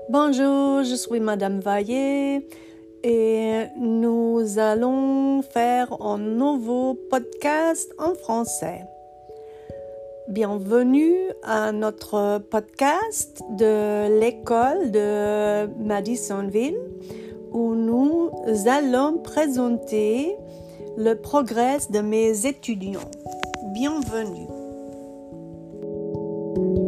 Bonjour, je suis Madame Vaillé et nous allons faire un nouveau podcast en français. Bienvenue à notre podcast de l'école de Madisonville où nous allons présenter le progrès de mes étudiants. Bienvenue.